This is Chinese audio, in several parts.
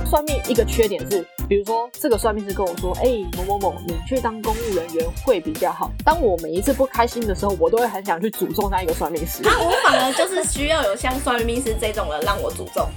算命一个缺点是，比如说这个算命师跟我说，某某某，你去当公务人员会比较好。当我每一次不开心的时候，我都会很想去诅咒那一个算命师。 我反而就是需要有像算命师这种人让我诅咒。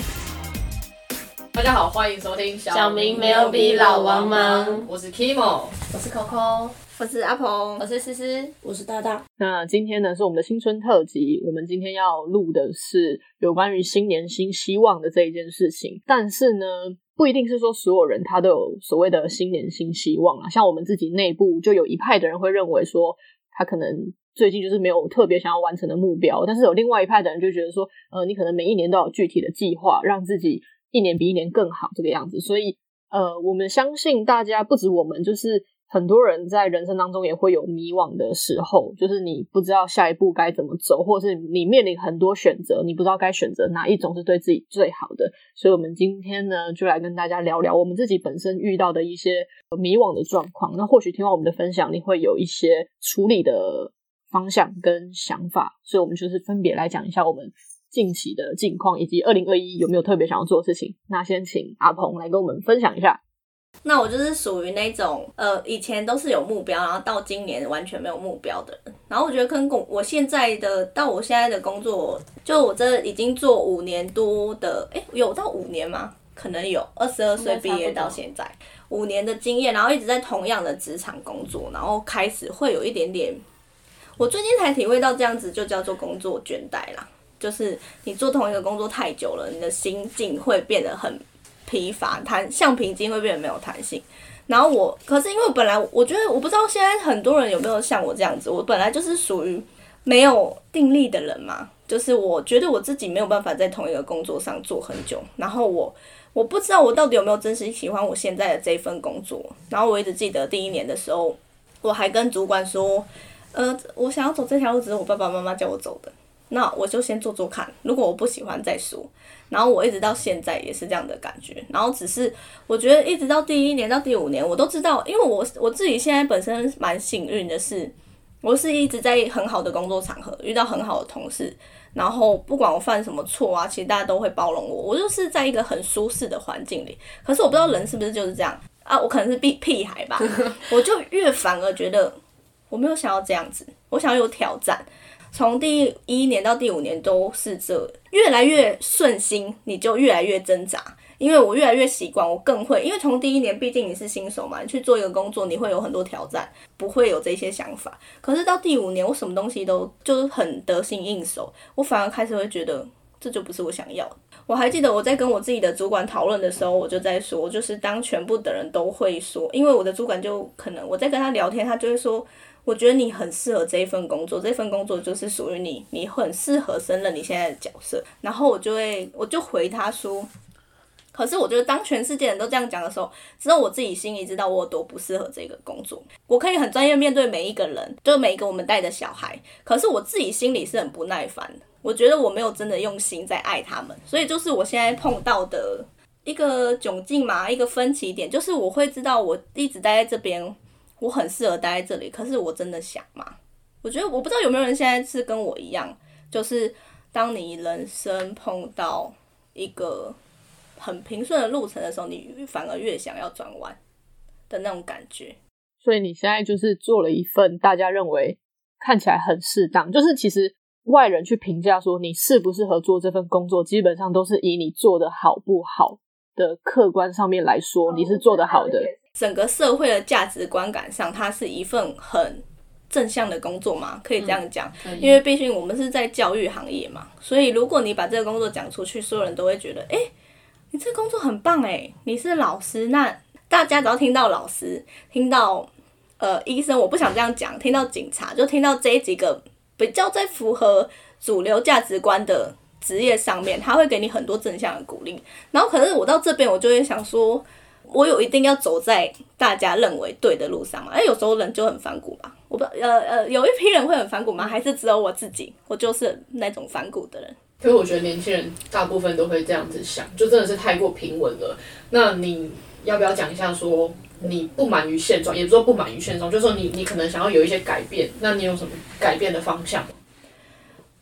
大家好，欢迎收听小明没有比老王忙。 我是 Kimo， 我是 Coco， 我是阿鹏， 我是思思， 我是大大。 那今天呢是我们的新春特辑，我们今天要录的是有关于新年新希望的这一件事情。但是呢，不一定是说所有人他都有所谓的新年新希望啊。像我们自己内部就有一派的人会认为说，他可能最近就是没有特别想要完成的目标，但是有另外一派的人就觉得说，你可能每一年都有具体的计划，让自己一年比一年更好这个样子。所以我们相信大家不止我们，就是很多人在人生当中也会有迷惘的时候，就是你不知道下一步该怎么走，或者是你面临很多选择，你不知道该选择哪一种是对自己最好的。所以我们今天呢就来跟大家聊聊我们自己本身遇到的一些迷惘的状况，那或许听完我们的分享，你会有一些处理的方向跟想法。所以我们就是分别来讲一下我们近期的近况，以及2021有没有特别想要做的事情。那先请阿鹏来跟我们分享一下。 那我就是属于那种以前都是有目标，然后到今年完全没有目标的人。然后我觉得跟我现在的工作，就我这已经做5年多的，有到5年吗？可能有，22岁毕业到现在5年的经验，然后一直在同样的职场工作，然后开始会有一点点，我最近才体会到这样子就叫做工作倦怠啦。就是你做同一个工作太久了，你的心境会变得很疲乏，橡皮筋会变得没有弹性。然后可是因为本来我觉得，我不知道现在很多人有没有像我这样子，我本来就是属于没有定力的人嘛，就是我觉得我自己没有办法在同一个工作上做很久，然后我不知道我到底有没有真心喜欢我现在的这份工作。然后我一直记得第1年的时候，我还跟主管说，我想要走这条路，只是我爸爸妈妈叫我走的。那我就先做做看，如果我不喜欢再说。然后我一直到现在也是这样的感觉。然后只是我觉得一直到第1年到第5年，我都知道，因为我自己现在本身蛮幸运的是，我是一直在很好的工作场合遇到很好的同事，然后不管我犯什么错啊，其实大家都会包容我。我就是在一个很舒适的环境里。可是我不知道人是不是就是这样啊，我可能是屁孩吧，我就反而觉得我没有想要这样子，我想要有挑战。从第1年到第5年都是越来越顺心，你就越来越挣扎。因为我越来越习惯，我更会，因为从第1年毕竟你是新手嘛，你去做一个工作，你会有很多挑战，不会有这些想法。可是到第5年，我什么东西都就是很得心应手，我反而开始会觉得这就不是我想要的。我还记得我在跟我自己的主管讨论的时候，我就在说，就是当全部的人都会说，因为我的主管就可能我在跟他聊天，他就会说，我觉得你很适合这一份工作，这份工作就是属于你，你很适合胜任你现在的角色。然后我就回他说，可是我觉得当全世界人都这样讲的时候，只有我自己心里知道我有多不适合这个工作。我可以很专业面对每一个人，就每一个我们带的小孩，可是我自己心里是很不耐烦的。我觉得我没有真的用心在爱他们，所以就是我现在碰到的一个窘境嘛，一个分歧点，就是我会知道我一直待在这边，我很适合待在这里，可是我真的想吗？我觉得我不知道有没有人现在是跟我一样，就是当你人生碰到一个很平顺的路程的时候，你反而越想要转弯的那种感觉。 所以你现在就是做了一份大家认为看起来很适当，就是其实外人去评价说你适不适合做这份工作，基本上都是以你做的好不好的客观上面来说，你是做得好的。 整个社会的价值观感上，它是一份很正向的工作嘛，可以这样讲。因为毕竟我们是在教育行业嘛，所以如果你把这个工作讲出去，所有人都会觉得，你这个工作很棒你是老师。那大家只要听到老师，听到医生，我不想这样讲，听到警察，就听到这几个比较在符合主流价值观的职业上面，他会给你很多正向的鼓励。然后可是我到这边，我就会想说，我有一定要走在大家认为对的路上嘛？有时候人就很反骨吧，我不有一批人会很反骨吗？还是只有我自己？我就是那种反骨的人。 可是我觉得年轻人大部分都会这样子想，就真的是太过平稳了。那你要不要讲一下说你不满于现状，也不是说不满于现状，就是说你可能想要有一些改变，那你有什么改变的方向吗？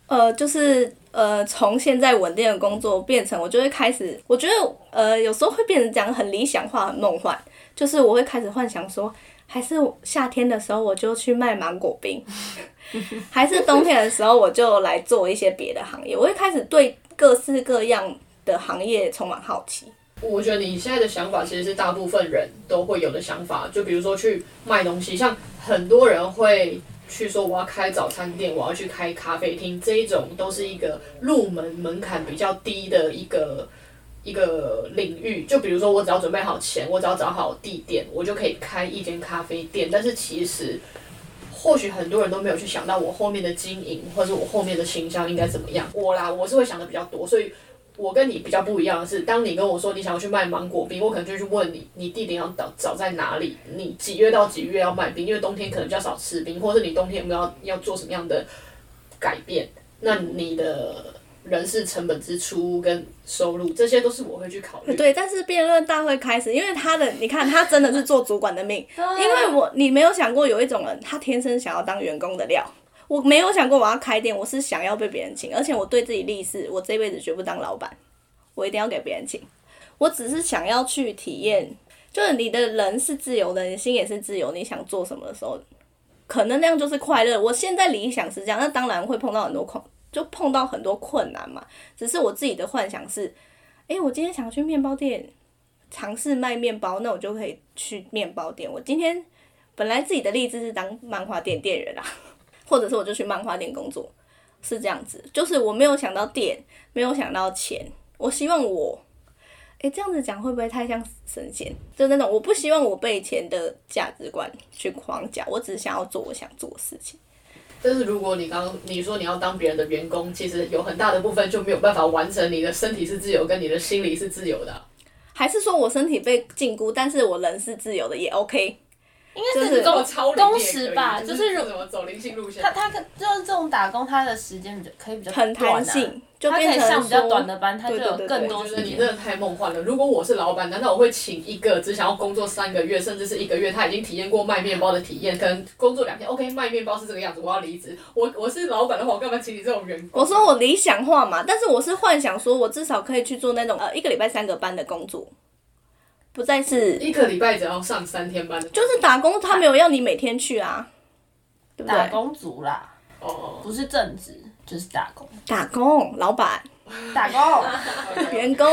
就是从现在稳定的工作变成我就会开始，我觉得有时候会变成讲很理想化、很梦幻，就是我会开始幻想说，还是夏天的时候我就去卖芒果冰，还是冬天的时候我就来做一些别的行业，我会开始对各式各样的行业充满好奇。 我觉得你现在的想法其实是大部分人都会有的想法，就比如说去卖东西，像很多人会去说我要开早餐店，我要去开咖啡厅，这一种都是一个入门门槛比较低的一个领域。就比如说我只要准备好钱，我只要找好地点，我就可以开一间咖啡店。但是其实或许很多人都没有去想到我后面的经营，或者我后面的形象应该怎么样。我是会想的比较多，所以我跟你比较不一样的是，当你跟我说你想要去卖芒果冰，我可能就去问你，你地点要找在哪里？你几月到几月要卖冰？因为冬天可能比较少吃冰，或者是你冬天有没有要做什么样的改变？那你的人事成本支出跟收入，这些都是我会去考虑。 对，但是辩论大会开始，因为你看他真的是做主管的命，因为你没有想过有一种人，他天生想要当员工的料。我没有想过我要开店，我是想要被别人请，而且我对自己立誓，我这辈子绝不当老板，我一定要给别人请。我只是想要去体验，就是你的人是自由的，你心也是自由，你想做什么的时候，可能那样就是快乐。我现在理想是这样，那当然会碰到很多困难嘛。只是我自己的幻想是，我今天想去面包店尝试卖面包，那我就可以去面包店。我今天本来自己的立志是当漫画店店员啦。或者是我就去漫画店工作，是这样子。就是我没有想到店，没有想到钱。我希望这样子讲会不会太像神仙？就那种我不希望我被钱的价值观去框架，我只想要做我想做的事情。 但是如果你说你要当别人的员工，其实有很大的部分就没有办法完成你的身体是自由跟你的心理是自由的还是说我身体被禁锢，但是我人是自由的也 OK。 应该是工时吧，就是怎么走灵性路线。 他就是这种打工，他的时间可以比较很弹性， 就变成他可以上比较短的班，他就有更多时间。 我觉得你真的太梦幻了。如果我是老板，难道我会请一个只想要工作3个月，甚至是1个月，他已经体验过卖面包的体验，可能工作2天 ，OK， 卖面包是这个样子，我要离职。我是老板的话，我干嘛请你这种员工？ 我说我理想化嘛，但是我是幻想说，我至少可以去做那种1个礼拜3个班的工作。不再是 1个礼拜只要上3天班的， 就是打工，他没有要你每天去啊，对不对？ 打工族啦，不是正职就是打工。 打工，老板， 打工， 员工。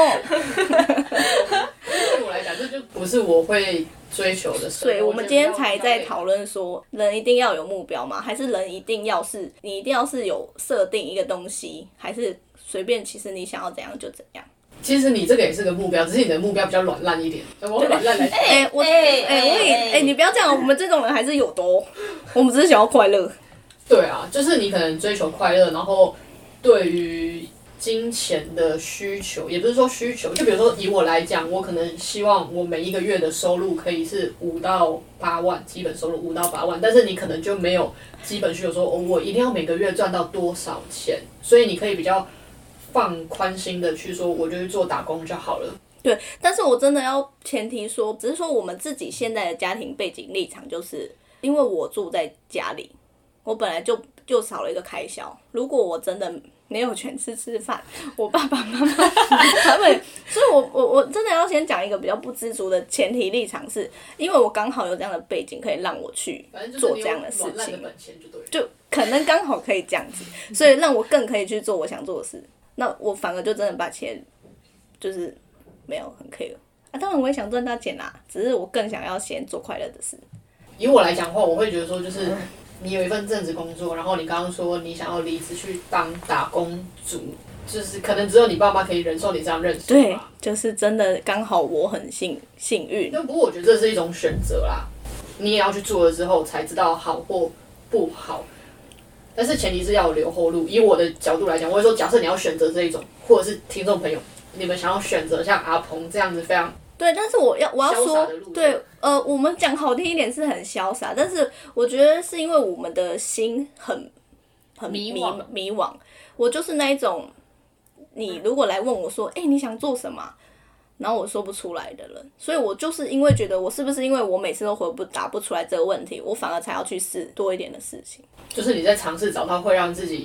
对我来讲，这就不是我会追求的事。 所以我们今天才在讨论说，人一定要有目标吗？还是人一定要是有设定一个东西，还是随便，其实你想要怎样就怎样？ 其实你这个也是个目标，只是你的目标比较软烂一点。我软烂来讲，你不要这样，我们这种人还是有的哦。我们只是想要快乐。 对啊，就是你可能追求快乐，然后对于金钱的需求，也不是说需求，就比如说以我来讲，我可能希望我每1个月的收入可以是5到8万，基本收入5到8万，但是你可能就没有基本需求说，我一定要每个月赚到多少钱，所以你可以比较放宽心的去说，我就去做打工就好了。 对，但是我真的要前提说，只是说我们自己现在的家庭背景立场，就是因为我住在家里，我本来就少了一个开销。如果我真的没有全吃饭，我爸爸妈妈他们，所以我真的要先讲一个比较不知足的前提立场是，因为我刚好有这样的背景，可以让我去做这样的事情，就可能刚好可以这样子，所以让我更可以去做我想做的事。那我反而就真的把钱就是没有很 care 啊，当然我也想赚大钱啦，只是我更想要先做快乐的事。 以我来讲的话，我会觉得说，就是你有一份正职工作，然后你刚刚说你想要离职去当打工族，就是可能只有你爸妈可以忍受你这样认识。 对，就是真的刚好我很幸运。 不过我觉得这是一种选择啦，你也要去做了之后才知道好或不好。但是前提是要有留后路。以我的角度来讲，我会说，假设你要选择这一种，或者是听众朋友，你们想要选择像阿鹏这样子非常对，但是我要说，对，我们讲好听一点是很潇洒，但是我觉得是因为我们的心很迷惘。我就是那一种，你如果来问我说，你想做什么？然后我说不出来的人，所以我就是因为觉得我是不是因为我每次都答不出来这个问题，我反而才要去试多一点的事情。 就是你在尝试找到会让自己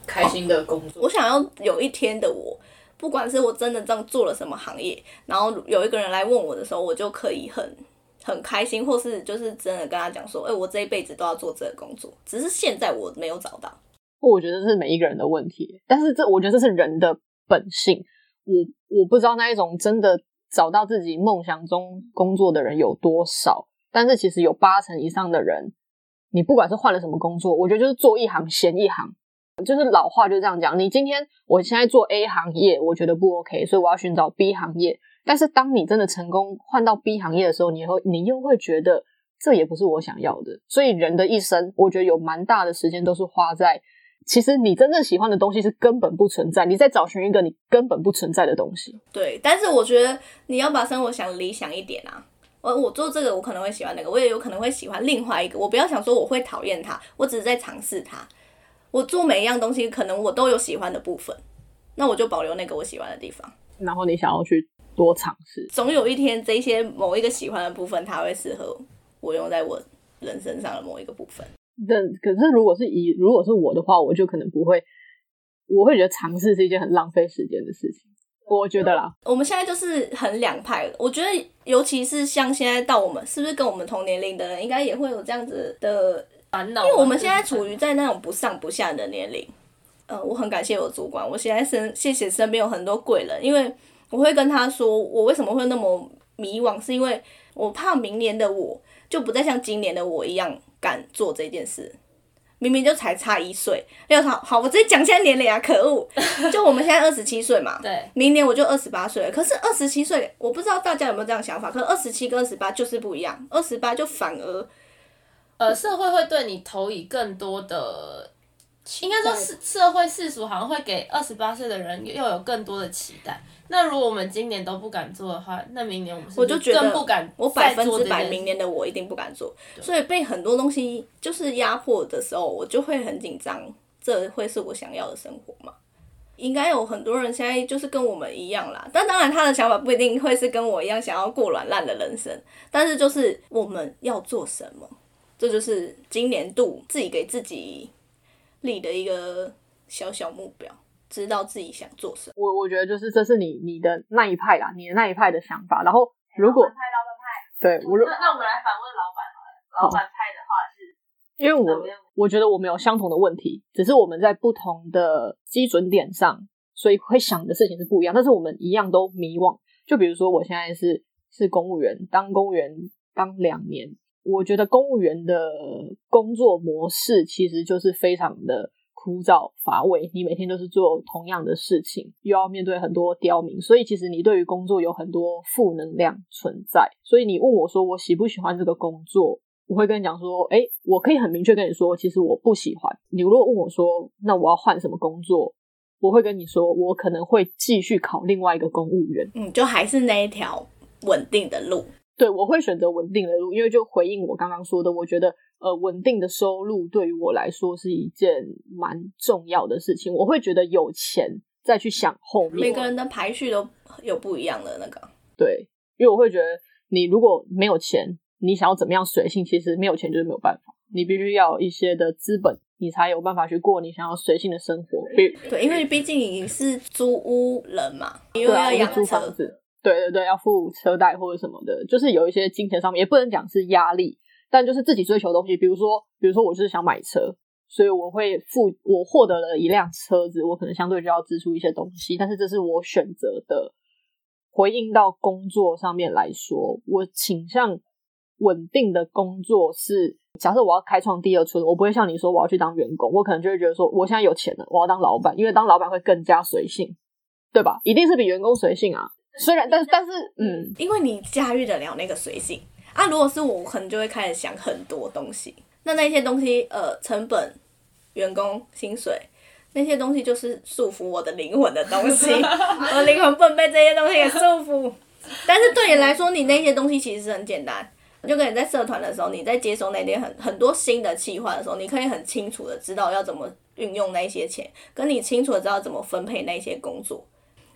开心的工作。 我想要有一天的我，不管是我真的这样做了什么行业，然后有一个人来问我的时候，我就可以很开心，或是就是真的跟他讲说，我这一辈子都要做这个工作，只是现在我没有找到。 我觉得这是每一个人的问题，但是我觉得这是人的本性。我不知道那一种真的找到自己梦想中工作的人有多少，但是其实有80%以上的人，你不管是换了什么工作，我觉得就是做一行嫌一行，就是老话就这样讲。你今天我现在做 A 行业，我觉得不 OK， 所以我要寻找 B 行业。但是当你真的成功换到 B 行业的时候，你又会觉得这也不是我想要的。所以人的一生，我觉得有蛮大的时间都是花在，其实你真正喜欢的东西是根本不存在，你在找寻一个你根本不存在的东西。 对，但是我觉得你要把生活想理想一点啊。我做这个我可能会喜欢那个，我也有可能会喜欢另外一个，我不要想说我会讨厌它，我只是在尝试它。我做每一样东西可能我都有喜欢的部分，那我就保留那个我喜欢的地方， 然后你想要去多尝试， 总有一天这些某一个喜欢的部分它会适合我用在我人生上的某一个部分。 可是如果是我的话，我就可能不会，我会觉得尝试是一件很浪费时间的事情，我觉得啦。 我们现在就是很两派，我觉得尤其是像现在到我们是不是跟我们同年龄的人应该也会有这样子的烦恼， 因为我们现在处于在那种不上不下的年龄。我很感谢我主管，我现在谢谢身边有很多贵人，因为我会跟他说我为什么会那么迷惘，是因为我怕明年的我就不再像今年的我一样敢做这件事。明明就才差1岁，好，我直接讲现在年龄啊，可恶！就我们现在27岁嘛， 对， 明年我就28岁了。可是27岁，我不知道大家有没有这样想法，可是27跟28就是不一样，28就反而， 社会会对你投以更多的，应该说社会世俗好像会给28岁的人又有更多的期待。那如果我们今年都不敢做的话，那明年我们是不是更不敢再做这件事？ 我100%明年的我一定不敢做，所以被很多东西就是压迫的时候，我就会很紧张，这会是我想要的生活吗？应该有很多人现在就是跟我们一样啦，但当然他的想法不一定会是跟我一样想要过软烂的人生，但是就是我们要做什么，这就是今年度自己给自己立的一个小小目标。知道自己想做什么， 我觉得就是这是你的那一派啦，你的那一派的想法。然后如果老板派， 对， 那我们来反问老板好了。老板派的话是， 因为我觉得我们有相同的问题，只是我们在不同的基准点上，所以会想的事情是不一样。但是我们一样都迷惘。就比如说我现在是公务员，当公务员当2年，我觉得公务员的工作模式其实就是非常的枯燥乏味，你每天都是做同样的事情，又要面对很多刁民，所以其实你对于工作有很多负能量存在。所以你问我说我喜不喜欢这个工作，我会跟你讲说我可以很明确跟你说其实我不喜欢。你如果问我说那我要换什么工作，我会跟你说我可能会继续考另外一个公务员， 就还是那一条稳定的路。 对，我会选择稳定的路，因为就回应我刚刚说的，我觉得稳定的收入对于我来说是一件蛮重要的事情。我会觉得有钱再去想后面， 每个人的排序都有不一样的那个。 对，因为我会觉得你如果没有钱，你想要怎么样随性，其实没有钱就是没有办法，你必须要有一些的资本，你才有办法去过你想要随性的生活。 对，因为毕竟你是租屋人嘛，因为对啊， 要养租房子，对，要付车贷或者什么的，就是有一些金钱上面也不能讲是压力，但就是自己追求的东西。比如说我就是想买车，所以我获得了一辆车子，我可能相对就要支出一些东西，但是这是我选择的。回应到工作上面来说，我倾向稳定的工作是，假设我要开创第二春，我不会像你说我要去当员工，我可能就会觉得说我现在有钱了，我要当老板，因为当老板会更加随性，对吧？一定是比员工随性啊。虽然但是因为你驾驭得了那个随性啊。如果是我可能就会开始想很多东西，那些东西成本、员工薪水那些东西就是束缚我的灵魂的东西我的灵魂不能被这些东西给束缚。但是对你来说，你那些东西其实是很简单，就跟你在社团的时候，你在接收那些很多新的企划的时候，你可以很清楚的知道要怎么运用那些钱，跟你清楚的知道怎么分配那些工作。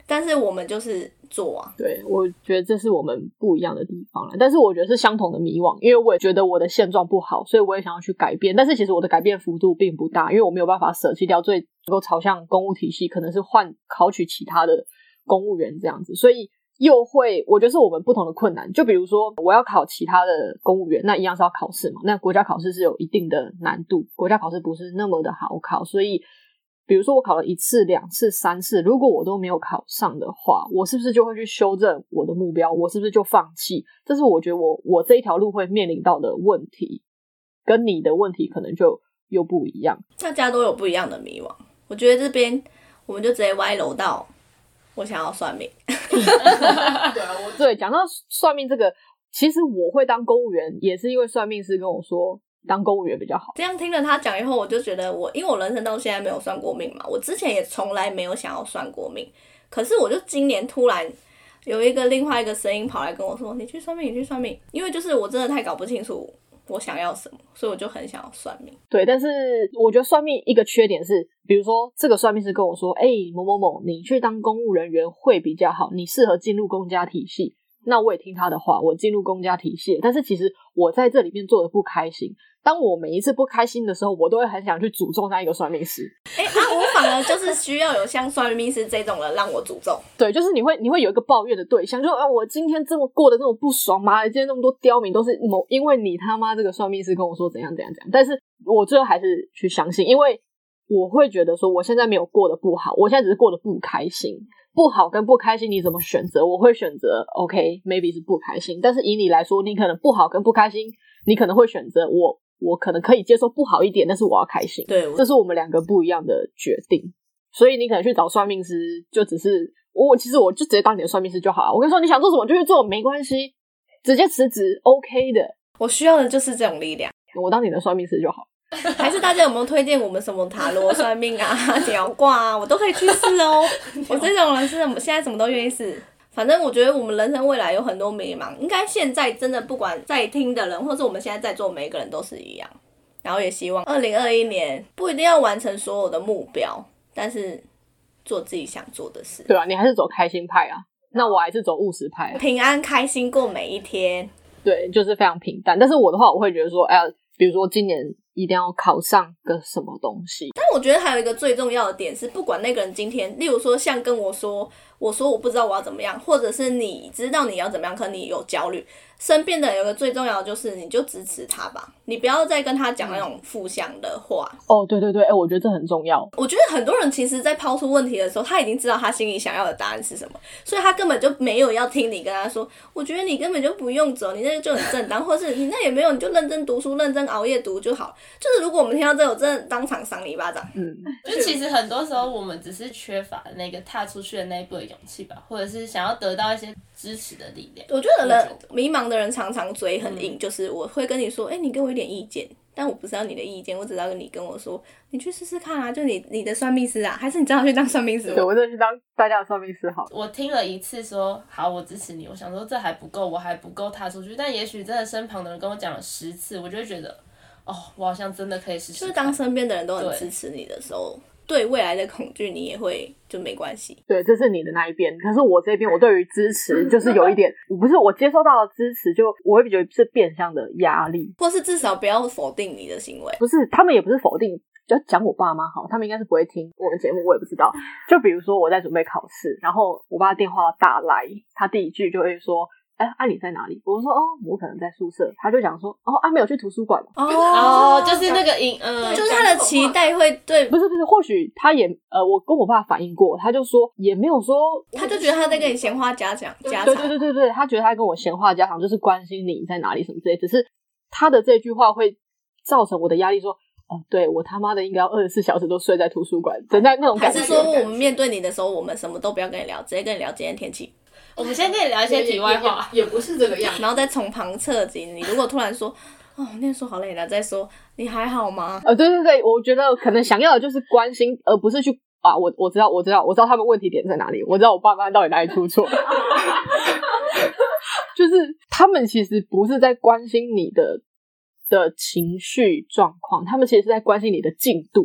但是我们就是做啊。 对，我觉得这是我们不一样的地方啦，但是我觉得是相同的迷惘，因为我也觉得我的现状不好，所以我也想要去改变，但是其实我的改变幅度并不大，因为我没有办法舍弃掉最能够朝向公务体系，可能是考取其他的公务员这样子，所以又会我觉得是我们不同的困难。就比如说我要考其他的公务员，那一样是要考试嘛，那国家考试是有一定的难度，国家考试不是那么的好考，所以比如说我考了1次2次3次，如果我都没有考上的话，我是不是就会去修正我的目标，我是不是就放弃？这是我觉得我这一条路会面临到的问题，跟你的问题可能就又不一样， 大家都有不一样的迷惘。我觉得这边我们就直接歪楼到我想要算命。 对，讲到算命这个，其实我会当公务员也是因为算命师跟我说当公务员比较好。 这样听了他讲以后，我就觉得因为我人生到现在没有算过命嘛，我之前也从来没有想要算过命，可是我就今年突然有另外一个声音跑来跟我说，你去算命，你去算命，因为就是我真的太搞不清楚我想要什么，所以我就很想要算命。 对，但是我觉得算命一个缺点是，比如说这个算命师跟我说，某某某，你去当公务人员会比较好，你适合进入公家体系，那我也听他的话，我进入公家体系，但是其实我在这里面做的不开心，当我每一次不开心的时候，我都会很想去诅咒那一个算命师。 我反而就是需要有像算命师这种人让我诅咒。 对，就是你会有一个抱怨的对象，就我今天这么过得这么不爽，妈的，今天那么多刁民都是因为你他妈这个算命师跟我说怎样怎样怎样，但是我最后还是去相信，因为我会觉得说我现在没有过得不好，我现在只是过得不开心。不好跟不开心你怎么选择？我会选择 OK maybe 是不开心，但是以你来说，你可能不好跟不开心，你可能会选择我可能可以接受不好一点，但是我要开心。 对， 这是我们两个不一样的决定。所以你可能去找算命师，就只是其实我就直接当你的算命师就好了。我跟你说，你想做什么就去做，没关系，直接辞职 OK 的。 我需要的就是这种力量。 我当你的算命师就好。 还是大家有没有推荐我们什么塔罗算命啊、鸟卦啊，我都可以去试哦。我这种人是现在什么都愿意试。反正我觉得我们人生未来有很多迷茫，应该现在真的不管在听的人，或是我们现在在座每一个人都是一样。然后也希望2021年不一定要完成所有的目标，但是做自己想做的事。 对啊，你还是走开心派啊，那我还是走务实派啊。 平安开心过每一天。 对，就是非常平淡。但是我的话，我会觉得说，比如说今年一定要考上个什么东西。 但我觉得还有一个最重要的点是，不管那个人今天，例如说像跟我说我不知道我要怎么样，或者是你知道你要怎么样，可你有焦虑，身边的人有个最重要的就是你就支持他吧，你不要再跟他讲那种负向的话。 哦，对对对，我觉得这很重要。 我觉得很多人其实在抛出问题的时候，他已经知道他心里想要的答案是什么，所以他根本就没有要听你跟他说，我觉得你根本就不用走，你那就很正当，或是你那也没有，你就认真读书，认真熬夜读就好。就是如果我们听到这个，我真的当场赏你一巴掌。 就其实很多时候我们只是缺乏那个踏出去的那一步的勇气吧，或者是想要得到一些支持的力量。 我觉得迷茫的人常常嘴很硬，就是我会跟你说，你给我一点意见，但我不知道你的意见，我只要你跟我说，你去试试看啊，就你的算命师啊，还是你真的去当算命师？ 对，我真的去当大家的算命师好了。 我听了一次说好，我支持你，我想说这还不够，我还不够踏出去，但也许真的身旁的人跟我讲了10次，我就会觉得我好像真的可以试试看。 就是当身边的人都很支持你的时候，对未来的恐惧你也会就没关系。 对，这是你的那一边，可是我这边我对于支持就是有一点我接收到的支持，就我会觉得是变相的压力， 或是至少不要否定你的行为。 不是，他们也不是否定，就讲我爸妈好，他们应该是不会听我的节目，我也不知道。就比如说我在准备考试，然后我爸电话打来，他第一句就会说，你在哪里？我说我可能在宿舍。他就讲说没有去图书馆就是那个就是他的期待会对， 不是，或许他也我跟我爸反映过，他就说也没有说， 他就觉得他在跟你闲话家常。 对，他觉得他跟我闲话家常，就是关心你在哪里什么之类，只是他的这句话会造成我的压力，说对，我他妈的应该要24小时都睡在图书馆，等在那种感觉。 还是说我们面对你的时候，我们什么都不要跟你聊，直接跟你聊今天天气。 我们先跟你聊一些题外话， 也不是这个样子， 然后再从旁测击。你如果突然说念书好累了，再说你还好吗？ 对，我觉得可能想要的就是关心，而不是去我知道他们问题点在哪里，我知道我爸妈到底哪里出错。就是他们其实不是在关心你的情绪状况，他们其实是在关心你的进度。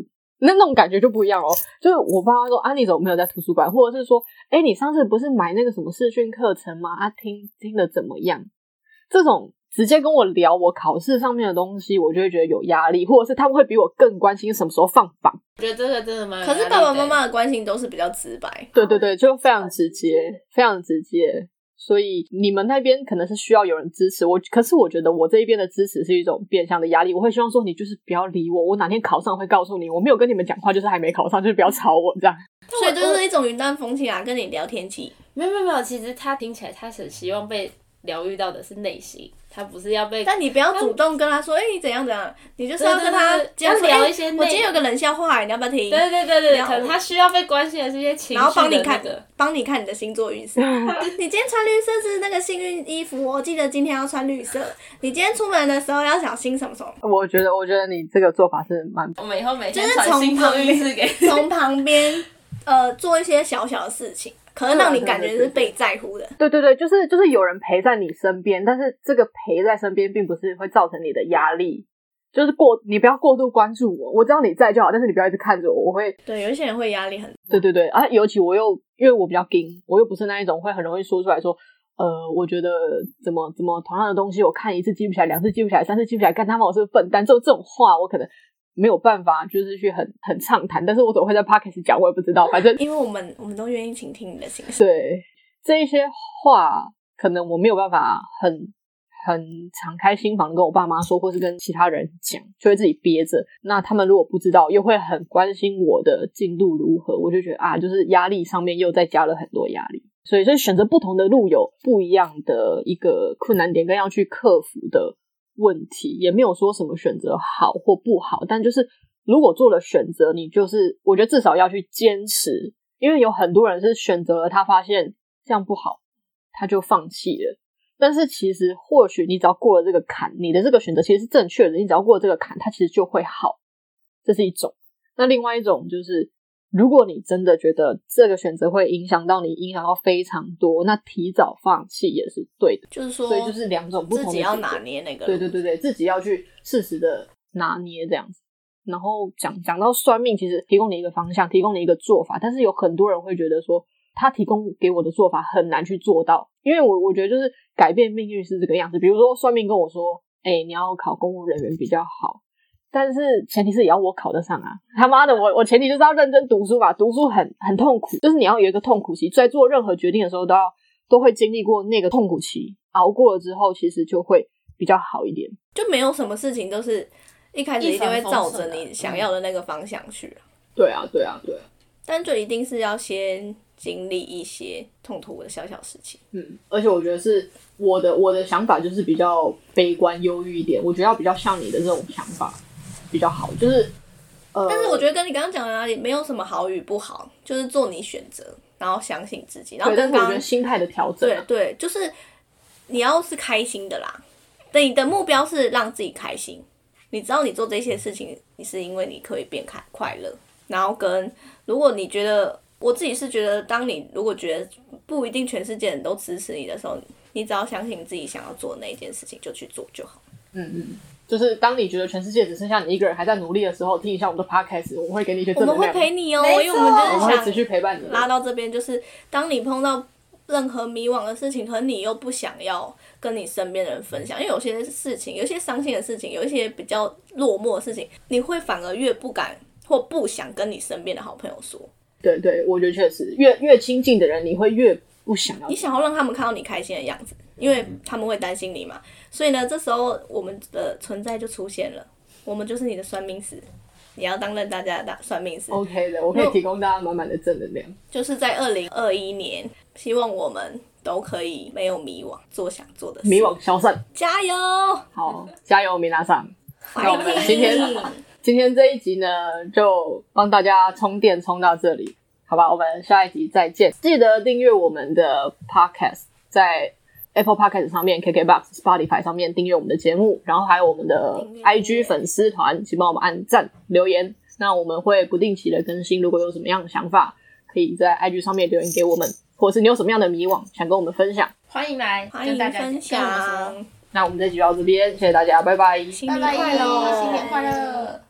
那种感觉就不一样哦。就是我爸妈说啊，你怎么没有在图书馆？或者是说，你上次不是买那个什么视讯课程吗？啊，听得怎么样？这种直接跟我聊我考试上面的东西，我就会觉得有压力，或者是他们会比我更关心什么时候放榜。 我觉得这个真的蛮有压力的。 可是爸爸妈妈的关心都是比较直白。 对对对，就非常直接，非常直接。所以你们那边可能是需要有人支持我，可是我觉得我这一边的支持是一种变相的压力。我会希望说你就是不要理我，我哪天考上会告诉你，我没有跟你们讲话，就是还没考上，就是不要吵我这样。 所以就是一种云淡风轻啊，跟你聊天气。 没有，其实他听起来他是希望被疗愈到的是内心，他不是要被。 但你不要主动跟他说，怎样怎样，你就是要跟他要聊一些我今天有个冷笑话，你要不要听？ 对，可能他需要被关心的是一些情绪的、 然后帮你看你的星座运势。你今天穿绿色是那个幸运衣服，我记得今天要穿绿色。你今天出门的时候要小心什么什么。 我觉得你这个做法是蛮…… 我们以后每天传星座运势给从旁边做一些小小的事情。可能让你感觉是被在乎的。 对，就是有人陪在你身边，但是这个陪在身边并不是会造成你的压力，就是你不要过度关注我知道你在就好，但是你不要一直看着我会。 对，有一些人会压力很大。 对啊，尤其因为我比较硬，我又不是那一种会很容易说出来说我觉得怎么同样的东西我看一次记不起来，2次记不起来，3次记不起来，干他妈我是个笨蛋，这种话我可能没有办法就是去很畅谈，但是我怎么会在 podcast 讲我也不知道，反正因为我们都愿意倾听你的心声。 对，这一些话可能我没有办法很敞开心房跟我爸妈说，或是跟其他人讲，就会自己憋着。那他们如果不知道，又会很关心我的进度如何，我就觉得就是压力上面又再加了很多压力。所以选择不同的路有不一样的一个困难点跟要去克服的问题，也没有说什么选择好或不好，但就是如果做了选择，你就是我觉得至少要去坚持，因为有很多人是选择了，他发现这样不好，他就放弃了。但是其实或许你只要过了这个坎，你的这个选择其实是正确的，你只要过了这个坎，它其实就会好，这是一种。那另外一种就是如果你真的觉得这个选择会影响到非常多，那提早放弃也是对的。 就是说， 所以就是两种不同的， 自己要拿捏那个。 对，自己要去适时的拿捏这样子。然后讲到算命，其实提供你一个方向，提供你一个做法，但是有很多人会觉得说他提供给我的做法很难去做到，因为我觉得就是改变命运是这个样子。比如说算命跟我说你要考公务人员比较好，但是前提是也要我考得上啊！他妈的，我前提就是要认真读书吧，读书很痛苦，就是你要有一个痛苦期，在做任何决定的时候都会经历过那个痛苦期，熬过了之后，其实就会比较好一点。 就没有什么事情都是一开始一定会照着你想要的那个方向去。 对啊。 但就一定是要先经历一些痛苦的小小事情。 而且我觉得是我的想法就是比较悲观忧郁一点，我觉得要比较像你的这种想法比较好，就是但是我觉得跟你刚刚讲的也没有什么好与不好，就是做你选择，然后相信自己，然后跟但是我觉得心态的调整对，就是你要是开心的啦，你的目标是让自己开心，你知道你做这些事情你是因为你可以变快乐，然后跟如果你觉得，我自己是觉得当你如果觉得不一定全世界人都支持你的时候，你只要相信你自己想要做的那一件事情就去做就好。 就是当你觉得全世界只剩下你一个人还在努力的时候，听一下我们的 podcast， 我们会给你一些正能量， 我们会陪你因为我们就是会持续陪伴你， 拉到这边，就是当你碰到任何迷惘的事情，可能你又不想要跟你身边的人分享，因为有些事情，有一些伤心的事情，有一些比较落寞的事情，你会反而越不敢或不想跟你身边的好朋友说。 对，我觉得确实越亲近的人，你会越不想要， 你想要让他们看到你开心的样子，因为他们会担心你嘛。所以呢，这时候我们的存在就出现了，我们就是你的算命师，你要担任大家的算命师。 OK 的，我可以提供大家满满的正能量。 就是在2021年，希望我们都可以没有迷惘，做想做的事， 迷惘消散， 加油！ 好，加油，米娜桑。那我们今天这一集呢，就帮大家充电充到这里，好吧？我们下一集再见。记得订阅我们的 podcast， 在 Apple Podcast 上面 KKBOX、Spotify 上面订阅我们的节目，然后还有我们的 IG 粉丝团，请帮我们按赞留言。那我们会不定期的更新，如果有什么样的想法，可以在 IG 上面留言给我们，或者是你有什么样的迷惘想跟我们分享， 欢迎来欢迎分享。 那我们这集就到这边，谢谢大家，拜拜， 新年快乐， 新年快乐。